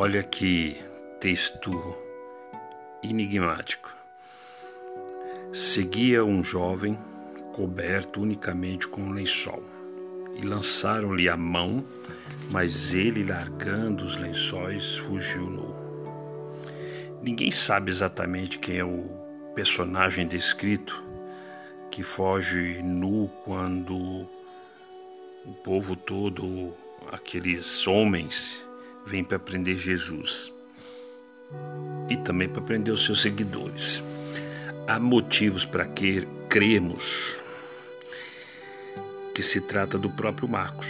Olha que texto enigmático. Seguia um jovem coberto unicamente com um lençol, e lançaram-lhe a mão, mas ele, largando os lençóis, fugiu nu. Ninguém sabe exatamente quem é o personagem descrito que foge nu quando o povo todo, aqueles homens, vêm para prender Jesus e também para prender os seus seguidores. Há motivos para crermos que se trata do próprio Marcos,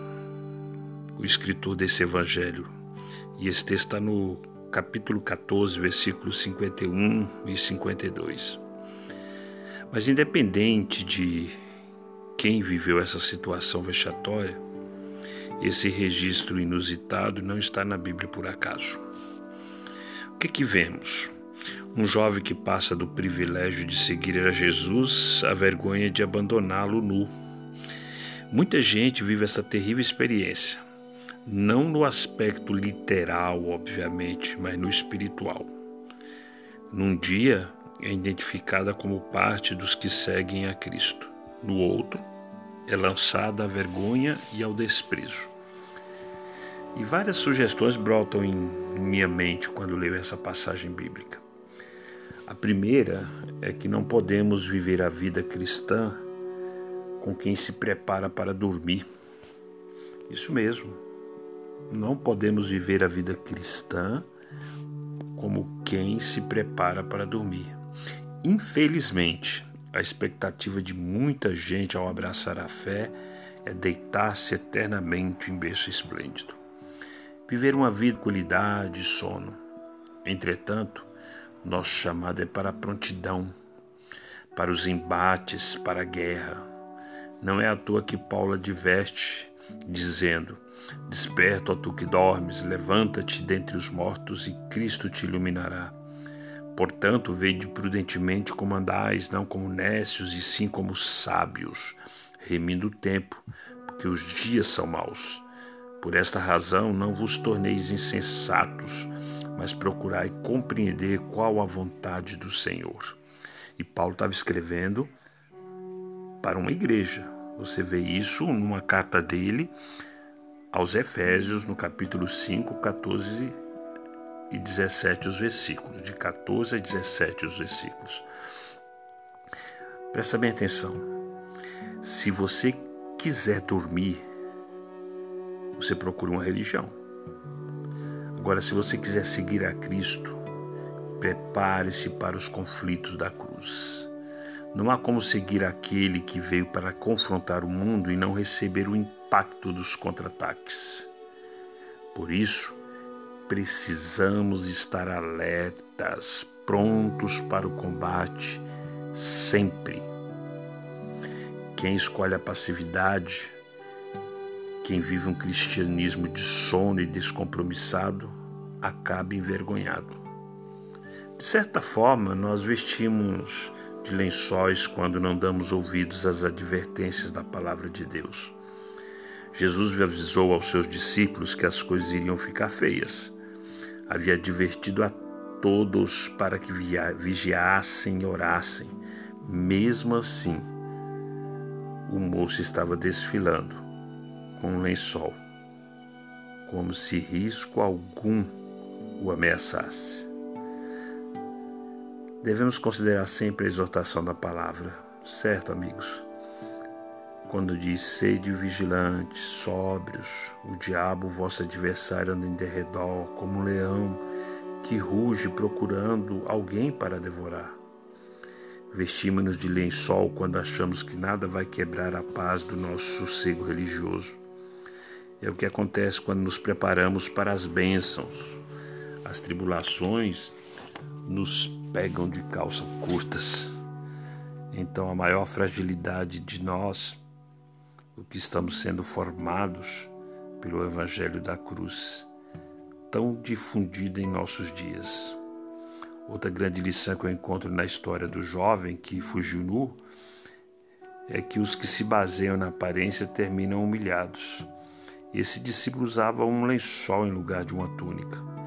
o escritor desse evangelho. E esse texto está no capítulo 14, versículos 51 e 52. Mas independente de quem viveu essa situação vexatória, esse registro inusitado não está na Bíblia por acaso. O que vemos? Um jovem que passa do privilégio de seguir a Jesus à vergonha de abandoná-lo nu. Muita gente vive essa terrível experiência, não no aspecto literal, obviamente, mas no espiritual. Num dia é identificada como parte dos que seguem a Cristo. No outro, é lançada à vergonha e ao desprezo. E várias sugestões brotam em minha mente quando leio essa passagem bíblica. A primeira é que não podemos viver a vida cristã com quem se prepara para dormir. Isso mesmo. Não podemos viver a vida cristã como quem se prepara para dormir. Infelizmente, a expectativa de muita gente ao abraçar a fé é deitar-se eternamente em berço esplêndido. Viver uma vida de qualidade e sono. Entretanto, nosso chamado é para a prontidão, para os embates, para a guerra. Não é à toa que Paulo adverte, dizendo: desperta, ó tu que dormes, levanta-te dentre os mortos e Cristo te iluminará. Portanto, vede prudentemente como andais, não como nécios, e sim como sábios, remindo o tempo, porque os dias são maus. Por esta razão, não vos torneis insensatos, mas procurai compreender qual a vontade do Senhor. E Paulo estava escrevendo para uma igreja. Você vê isso numa carta dele aos Efésios, no capítulo 5, 14 e 17 os versículos. De 14 a 17 os versículos. Presta bem atenção. Se você quiser dormir, você procura uma religião. Agora, se você quiser seguir a Cristo, prepare-se para os conflitos da cruz. Não há como seguir aquele que veio para confrontar o mundo e não receber o impacto dos contra-ataques. Por isso, precisamos estar alertas, prontos para o combate, sempre. Quem escolhe a passividade, quem vive um cristianismo de sono e descompromissado, acaba envergonhado. De certa forma, nós vestimos de lençóis quando não damos ouvidos às advertências da palavra de Deus. Jesus avisou aos seus discípulos que as coisas iriam ficar feias. Havia advertido a todos para que vigiassem e orassem. Mesmo assim, o moço estava desfilando com um lençol, como se risco algum o ameaçasse. Devemos considerar sempre a exortação da palavra, certo, amigos? Quando diz: sede vigilantes, sóbrios, o diabo, vosso adversário, anda em derredor, como um leão que ruge procurando alguém para devorar. Vestimos-nos de lençol quando achamos que nada vai quebrar a paz do nosso sossego religioso. É o que acontece quando nos preparamos para as bênçãos. As tribulações nos pegam de calças curtas. Então, a maior fragilidade de nós, o que estamos sendo formados pelo Evangelho da Cruz, tão difundido em nossos dias. Outra grande lição que eu encontro na história do jovem que fugiu nu é que os que se baseiam na aparência terminam humilhados. Esse discípulo usava um lençol em lugar de uma túnica.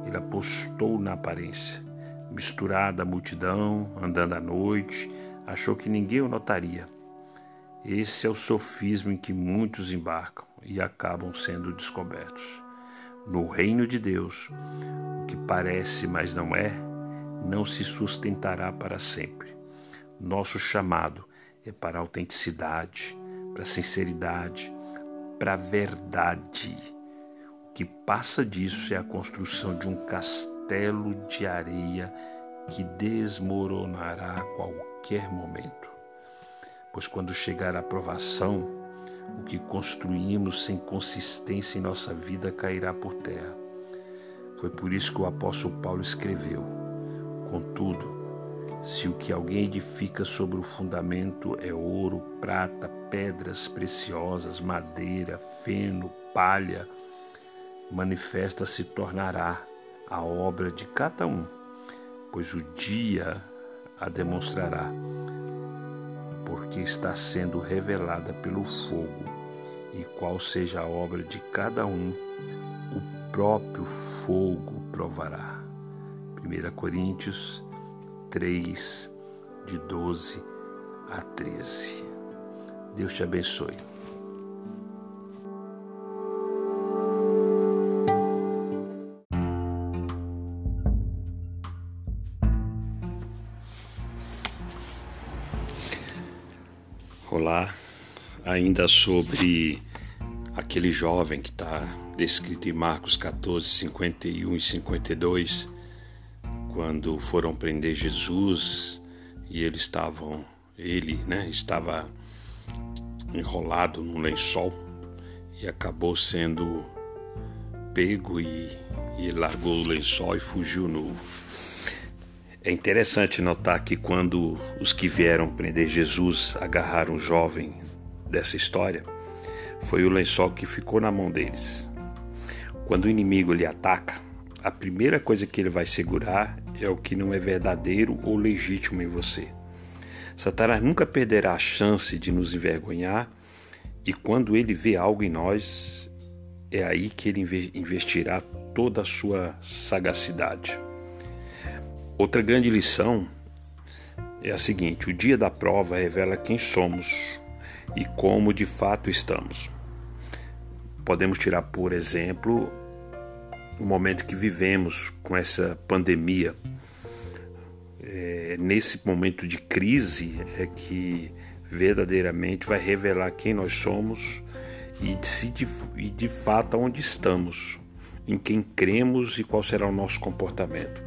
ele apostou na aparência. Misturado à multidão, andando à noite, achou que ninguém o notaria. Esse é o sofisma em que muitos embarcam e acabam sendo descobertos. No reino de Deus, o que parece, mas não é, não se sustentará para sempre. Nosso chamado é para a autenticidade, para a sinceridade, para a verdade. O que passa disso é a construção de um castelo de areia que desmoronará a qualquer momento. Pois quando chegar a provação, o que construímos sem consistência em nossa vida cairá por terra. Foi por isso que o apóstolo Paulo escreveu: contudo, se o que alguém edifica sobre o fundamento é ouro, prata, pedras preciosas, madeira, feno, palha, manifesta se tornará a obra de cada um, pois o dia a demonstrará, porque está sendo revelada pelo fogo, e qual seja a obra de cada um, o próprio fogo provará. 1 Coríntios 3, de 12 a 13. Deus te abençoe. Olá, ainda sobre aquele jovem que está descrito em Marcos 14, 51 e 52, quando foram prender Jesus e ele estava enrolado num lençol e acabou sendo pego e largou o lençol e fugiu nu. É interessante notar que quando os que vieram prender Jesus agarraram o jovem dessa história, foi o lençol que ficou na mão deles. Quando o inimigo lhe ataca, a primeira coisa que ele vai segurar é o que não é verdadeiro ou legítimo em você. Satanás nunca perderá a chance de nos envergonhar, e quando ele vê algo em nós, é aí que ele investirá toda a sua sagacidade. Outra grande lição é a seguinte: o dia da prova revela quem somos e como de fato estamos. Podemos tirar, por exemplo, o momento que vivemos com essa pandemia. Nesse momento de crise é que verdadeiramente vai revelar quem nós somos e de fato onde estamos, em quem cremos e qual será o nosso comportamento.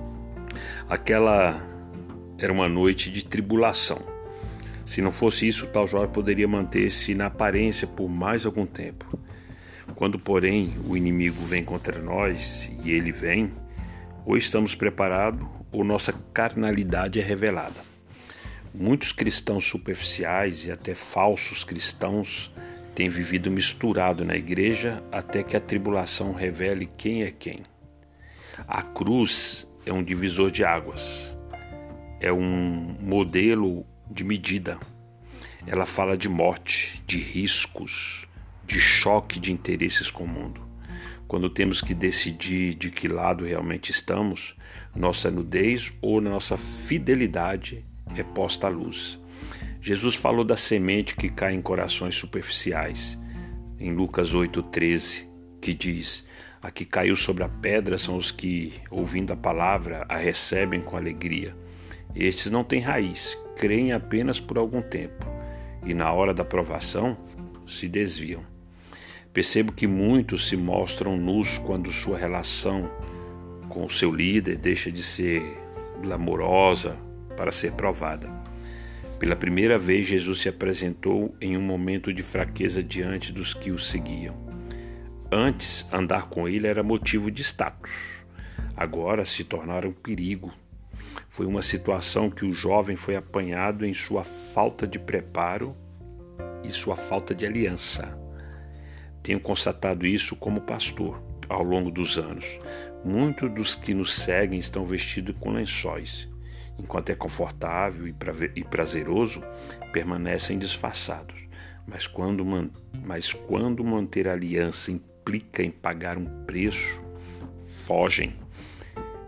Aquela era uma noite de tribulação. Se não fosse isso, o tal jovem poderia manter-se na aparência por mais algum tempo. Quando, porém, o inimigo vem contra nós, e ele vem, ou estamos preparados, ou nossa carnalidade é revelada. Muitos cristãos superficiais e até falsos cristãos têm vivido misturado na igreja até que a tribulação revele quem é quem. A cruz é um divisor de águas, é um modelo de medida. Ela fala de morte, de riscos, de choque de interesses com o mundo. Quando temos que decidir de que lado realmente estamos, nossa nudez ou nossa fidelidade é posta à luz. Jesus falou da semente que cai em corações superficiais, em Lucas 8,13, que diz: a que caiu sobre a pedra são os que, ouvindo a palavra, a recebem com alegria. Estes não têm raiz, creem apenas por algum tempo, e na hora da provação se desviam. Percebo que muitos se mostram nus quando sua relação com o seu líder deixa de ser glamourosa para ser provada. Pela primeira vez, Jesus se apresentou em um momento de fraqueza diante dos que o seguiam. Antes, andar com ele era motivo de status. Agora se tornaram um perigo. Foi uma situação que o jovem foi apanhado em sua falta de preparo e sua falta de aliança. Tenho constatado isso como pastor ao longo dos anos. Muitos dos que nos seguem estão vestidos com lençóis. Enquanto é confortável e prazeroso, permanecem disfarçados. Mas quando manter a aliança implica em pagar um preço, fogem.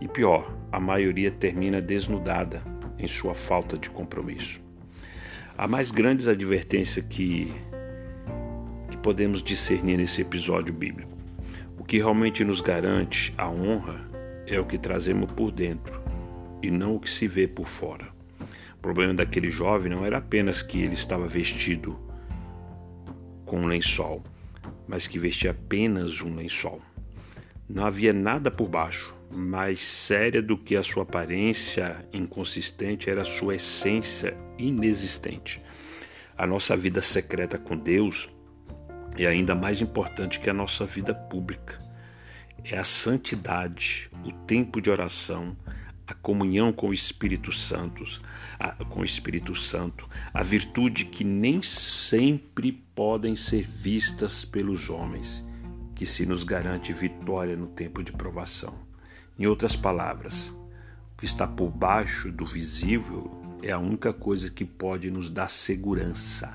E pior, a maioria termina desnudada em sua falta de compromisso. Há mais grandes advertências que podemos discernir nesse episódio bíblico. O que realmente nos garante a honra é o que trazemos por dentro e não o que se vê por fora. O problema daquele jovem não era apenas que ele estava vestido com um lençol, mas que vestia apenas um lençol. Não havia nada por baixo. Mais séria do que a sua aparência inconsistente era a sua essência inexistente. A nossa vida secreta com Deus é ainda mais importante que a nossa vida pública. É a santidade, o tempo de oração, a comunhão com o Espírito Santo, a virtude que nem sempre podem ser vistas pelos homens, que se nos garante vitória no tempo de provação. Em outras palavras, o que está por baixo do visível é a única coisa que pode nos dar segurança.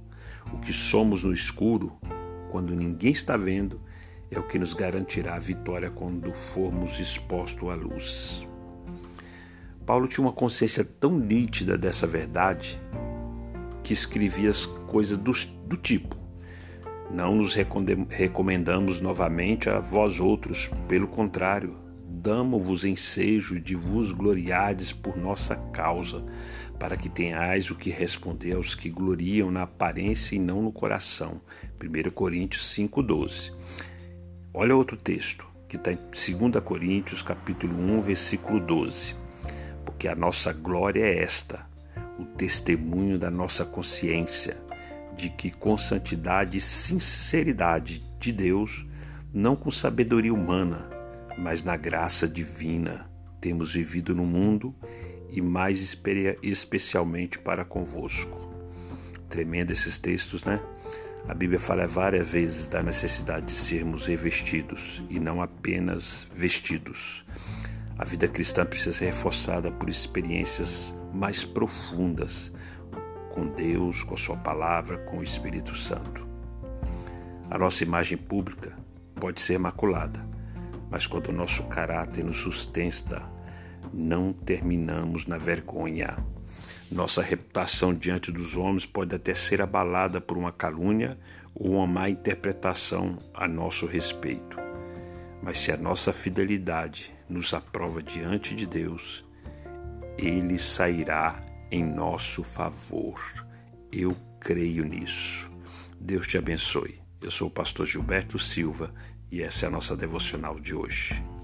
O que somos no escuro, quando ninguém está vendo, é o que nos garantirá a vitória quando formos expostos à luz. Paulo tinha uma consciência tão nítida dessa verdade que escrevia as coisas do tipo: não nos recomendamos novamente a vós outros, pelo contrário, damo-vos ensejo de vos gloriardes por nossa causa, para que tenhais o que responder aos que gloriam na aparência e não no coração. 1 Coríntios 5,12. Olha outro texto, que está em 2 Coríntios, capítulo 1, versículo 12. Porque a nossa glória é esta, o testemunho da nossa consciência, de que com santidade e sinceridade de Deus, não com sabedoria humana, mas na graça divina, temos vivido no mundo e mais especialmente para convosco. Tremendo esses textos, né? A Bíblia fala várias vezes da necessidade de sermos revestidos e não apenas vestidos. A vida cristã precisa ser reforçada por experiências mais profundas com Deus, com a sua palavra, com o Espírito Santo. A nossa imagem pública pode ser maculada, mas quando o nosso caráter nos sustenta, não terminamos na vergonha. Nossa reputação diante dos homens pode até ser abalada por uma calúnia ou uma má interpretação a nosso respeito. Mas se a nossa fidelidade nos aprova diante de Deus, Ele sairá em nosso favor. Eu creio nisso. Deus te abençoe. Eu sou o pastor Gilberto Silva e essa é a nossa devocional de hoje.